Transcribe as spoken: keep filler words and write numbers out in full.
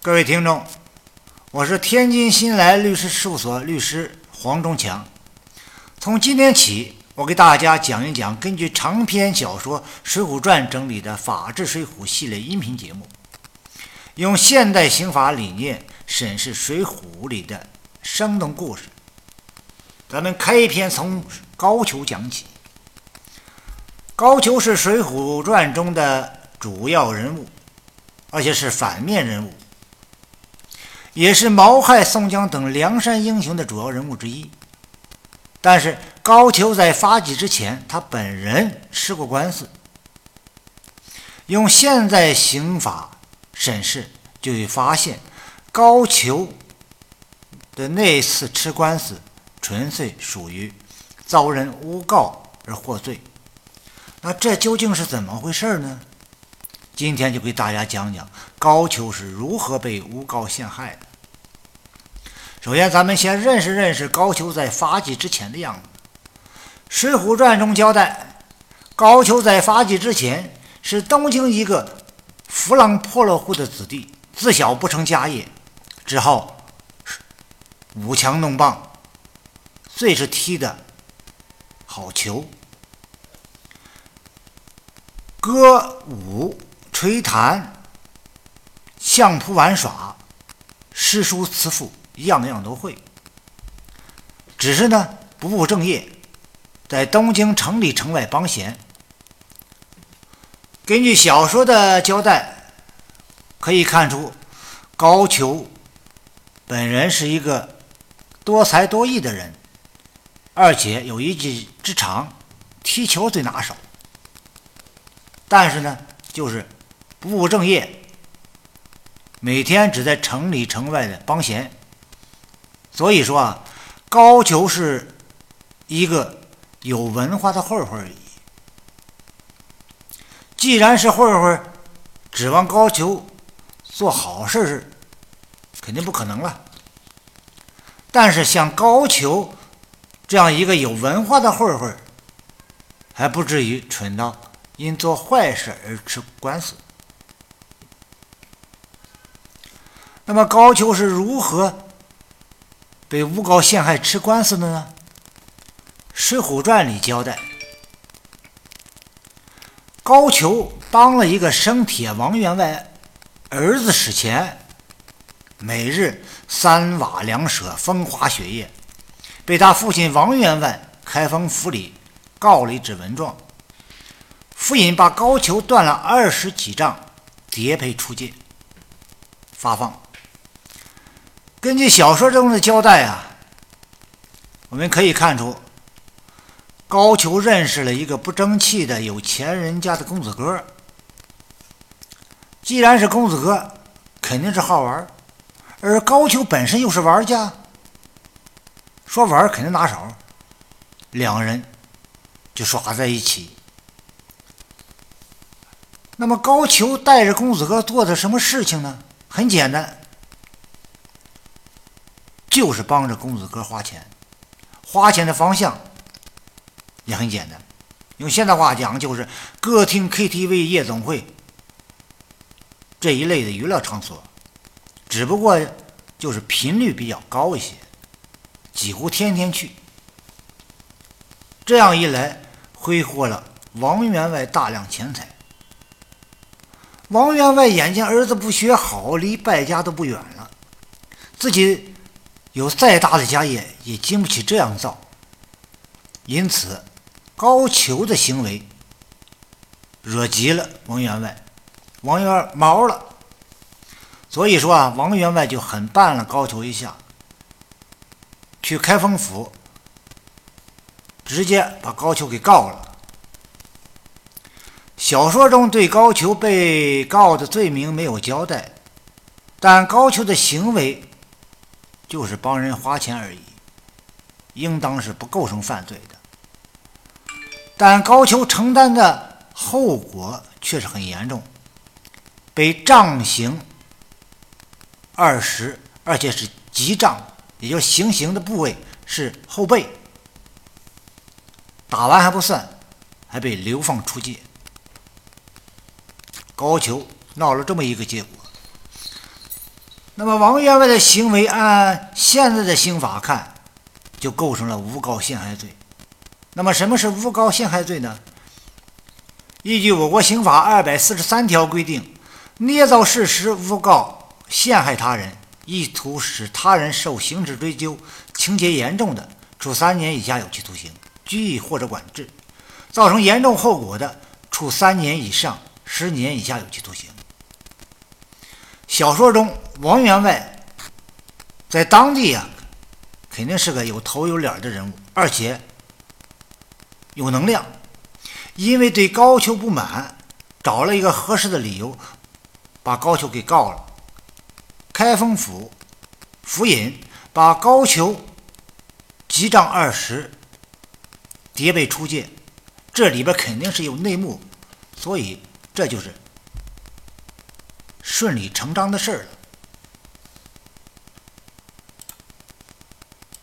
各位听众，我是天津新来律师事务所律师黄忠强。从今天起，我给大家讲一讲根据长篇小说《水浒传》整理的《法治水浒》系列音频节目，用现代刑法理念审视《水浒》里的生动故事。咱们开篇从高俅讲起。高俅是《水浒传》中的主要人物，而且是反面人物，也是毛害、宋江等梁山英雄的主要人物之一。但是高俅在发迹之前，他本人吃过官司。用现在刑法审视，就会发现高俅的那次吃官司纯粹属于遭人诬告而获罪。那这究竟是怎么回事呢？今天就给大家讲讲高俅是如何被诬告陷害的。首先咱们先认识认识高俅在发迹之前的样子。水浒传中交代，高俅在发迹之前是东京一个浮浪破落户的子弟，自小不成家业，之后舞枪弄棒，最是踢的好球，歌舞吹弹相扑玩耍诗书词赋样样都会，只是呢不务正业，在东京城里城外帮闲。根据小说的交代，可以看出高俅本人是一个多才多艺的人，而且有一技之长，踢球最拿手。但是呢就是不务正业，每天只在城里城外的帮闲。所以说啊，高俅是一个有文化的混混而已。既然是混混，指望高俅做好事是肯定不可能了。但是像高俅这样一个有文化的混混，还不至于蠢到因做坏事而吃官司。那么高俅是如何被诬告陷害吃官司的呢？《水浒传》里交代，高俅帮了一个生铁王员外儿子使钱，每日三瓦两舍，风花雪月，被他父亲王员外开封府里告了一纸文状，府尹把高俅断了二十几丈，叠配出界发放。根据小说中的交代啊，我们可以看出高俅认识了一个不争气的有钱人家的公子哥。既然是公子哥，肯定是好玩，而高俅本身又是玩家，说玩肯定拿手，两人就耍在一起。那么高俅带着公子哥做的什么事情呢？很简单，就是帮着公子哥花钱。花钱的方向也很简单，用现代话讲就是歌厅、K T V、夜总会这一类的娱乐场所，只不过就是频率比较高一些，几乎天天去。这样一来挥霍了王员外大量钱财。王员外眼见儿子不学好，离败家都不远了，自己有再大的家业也经不起这样造，因此高俅的行为惹急了王员外，王员外毛了。所以说啊，王员外就狠办了高俅一下，去开封府直接把高俅给告了。小说中对高俅被告的罪名没有交代，但高俅的行为就是帮人花钱而已，应当是不构成犯罪的。但高俅承担的后果却是很严重，被杖刑二十，而且是急杖，也就是行刑的部位是后背，打完还不算，还被流放出界。高俅闹了这么一个结果。 那么王员外的行为按现在的刑法看，就构成了诬告陷害罪。那么什么是诬告陷害罪呢？依据我国刑法二百四十三条规定，捏造事实诬告陷害他人，意图使他人受刑事追究，情节严重的，处三年以下有期徒刑、拘役或者管制；造成严重后果的，处三年以上十年以下有期徒刑。小说中王员外在当地啊，肯定是个有头有脸的人物，而且有能量。因为对高俅不满，找了一个合适的理由，把高俅给告了。开封府府尹把高俅击杖二十，叠被出界，这里边肯定是有内幕，所以这就是顺理成章的事儿了。